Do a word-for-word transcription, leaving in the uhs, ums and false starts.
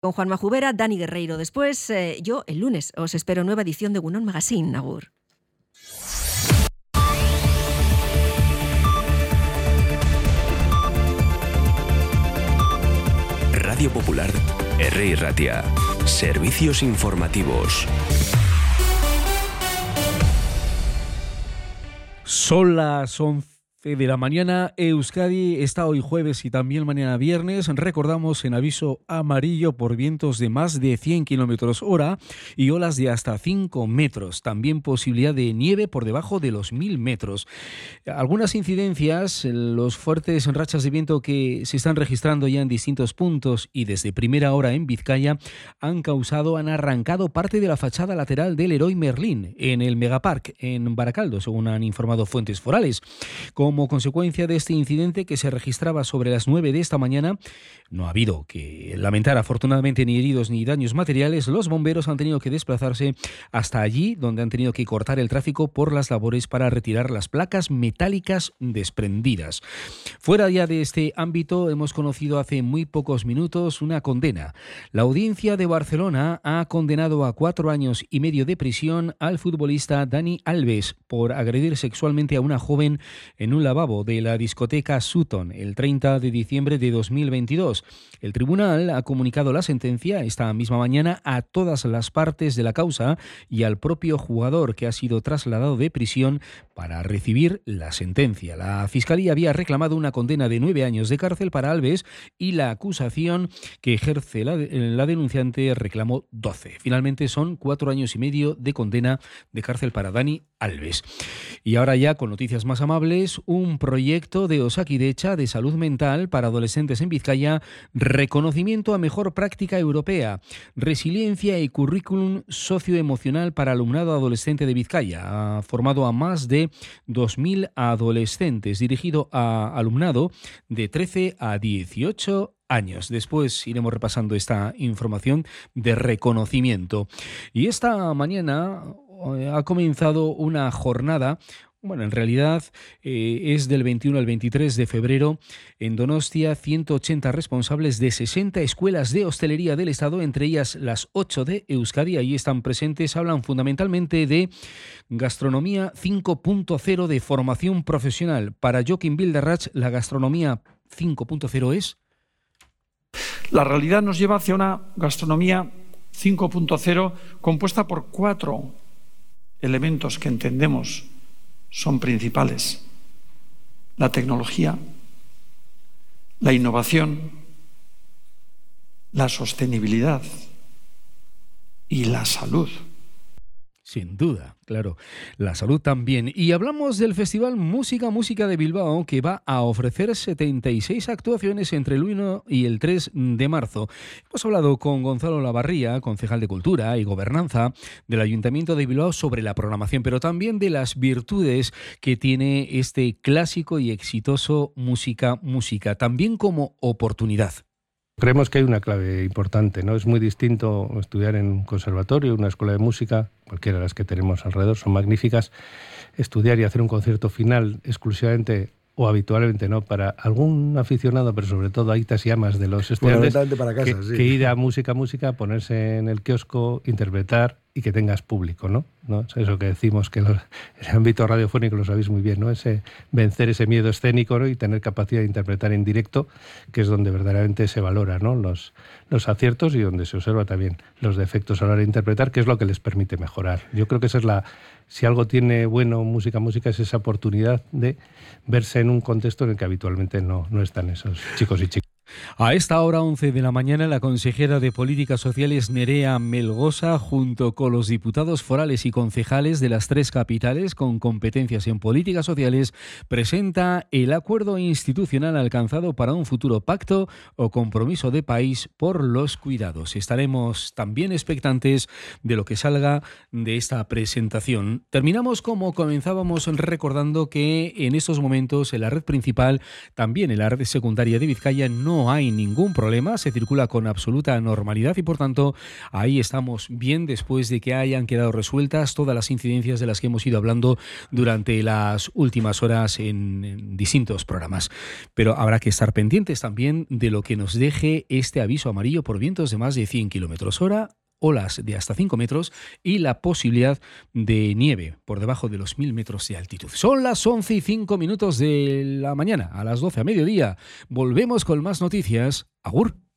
Con Juanma Jubera, Dani Guerreiro. Después, eh, yo el lunes os espero nueva edición de Gunón Magazine, Agur. Radio Popular, R I Ratia. Servicios informativos. Son las once de la mañana. Euskadi está hoy jueves y también mañana viernes. Recordamos en aviso amarillo por vientos de más de cien kilómetros hora y olas de hasta cinco metros. También posibilidad de nieve por debajo de los mil metros. Algunas incidencias, los fuertes rachas de viento que se están registrando ya en distintos puntos y desde primera hora en Vizcaya han causado, han arrancado parte de la fachada lateral del Leroy Merlin en el Megapark en Baracaldo, según han informado fuentes forales. Con Como consecuencia de este incidente que se registraba sobre las nueve de esta mañana, no ha habido que lamentar afortunadamente ni heridos ni daños materiales. Los bomberos han tenido que desplazarse hasta allí, donde han tenido que cortar el tráfico por las labores para retirar las placas metálicas desprendidas. Fuera ya de este ámbito, hemos conocido hace muy pocos minutos una condena. La Audiencia de Barcelona ha condenado a cuatro años y medio de prisión al futbolista Dani Alves por agredir sexualmente a una joven en un lavabo de la discoteca Sutton el treinta de diciembre de dos mil veintidós. El tribunal ha comunicado la sentencia esta misma mañana a todas las partes de la causa y al propio jugador, que ha sido trasladado de prisión para recibir la sentencia. La Fiscalía había reclamado una condena de nueve años de cárcel para Alves y la acusación que ejerce la, la denunciante reclamó doce. Finalmente son cuatro años y medio de condena de cárcel para Dani Alves. Y ahora ya con noticias más amables, un proyecto de Osakidecha de salud mental para adolescentes en Vizcaya, reconocimiento a mejor práctica europea, resiliencia y currículum socioemocional para alumnado adolescente de Vizcaya. Ha formado a más de dos mil adolescentes, dirigido a alumnado de trece a dieciocho años. Después iremos repasando esta información de reconocimiento. Y esta mañana ha comenzado una jornada. Bueno, en realidad eh, es del veintiuno al veintitrés de febrero en Donostia. ciento ochenta responsables de sesenta escuelas de hostelería del Estado, entre ellas las ocho de Euskadi. Ahí están presentes, hablan fundamentalmente de gastronomía cinco punto cero, de formación profesional. Para Joaquín Bildarratz, la gastronomía cinco punto cero es... La realidad nos lleva hacia una gastronomía cinco punto cero compuesta por cuatro elementos que entendemos son principales: la tecnología, la innovación, la sostenibilidad y la salud. Sin duda, claro, la salud también. Y hablamos del Festival Música Música de Bilbao, que va a ofrecer setenta y seis actuaciones entre el uno y el tres de marzo. Hemos hablado con Gonzalo Lavarría, concejal de Cultura y Gobernanza del Ayuntamiento de Bilbao, sobre la programación, pero también de las virtudes que tiene este clásico y exitoso Música Música, también como oportunidad. Creemos que hay una clave importante, ¿no? Es muy distinto estudiar en un conservatorio, una escuela de música, cualquiera de las que tenemos alrededor, son magníficas. Estudiar y hacer un concierto final exclusivamente o habitualmente, ¿no?, para algún aficionado, pero sobre todo a hitas y amas de los estudiantes, para casa, que, sí. que ir a música, música, ponerse en el kiosco, interpretar y que tengas público, ¿no? ¿No? Es eso que decimos, que los, en el ámbito radiofónico lo sabéis muy bien, ¿no? Ese vencer ese miedo escénico, ¿no?, y tener capacidad de interpretar en directo, que es donde verdaderamente se valora, ¿no?, los, los aciertos y donde se observa también los defectos a la hora de interpretar, que es lo que les permite mejorar. Yo creo que esa es la... Si algo tiene bueno Música Música es esa oportunidad de verse en un contexto en el que habitualmente no, no están esos chicos y chicas. A esta hora, once de la mañana, la consejera de Políticas Sociales, Nerea Melgosa, junto con los diputados forales y concejales de las tres capitales con competencias en políticas sociales, presenta el acuerdo institucional alcanzado para un futuro pacto o compromiso de país por los cuidados. Estaremos también expectantes de lo que salga de esta presentación. Terminamos como comenzábamos, recordando que en estos momentos en la red principal, también en la red secundaria de Vizcaya, no no hay ningún problema, se circula con absoluta normalidad y por tanto ahí estamos bien después de que hayan quedado resueltas todas las incidencias de las que hemos ido hablando durante las últimas horas en, en distintos programas. Pero habrá que estar pendientes también de lo que nos deje este aviso amarillo por vientos de más de cien kilómetros hora, olas de hasta cinco metros y la posibilidad de nieve por debajo de los mil metros de altitud. Son las once y cinco minutos de la mañana, a las doce a mediodía. Volvemos con más noticias. Agur.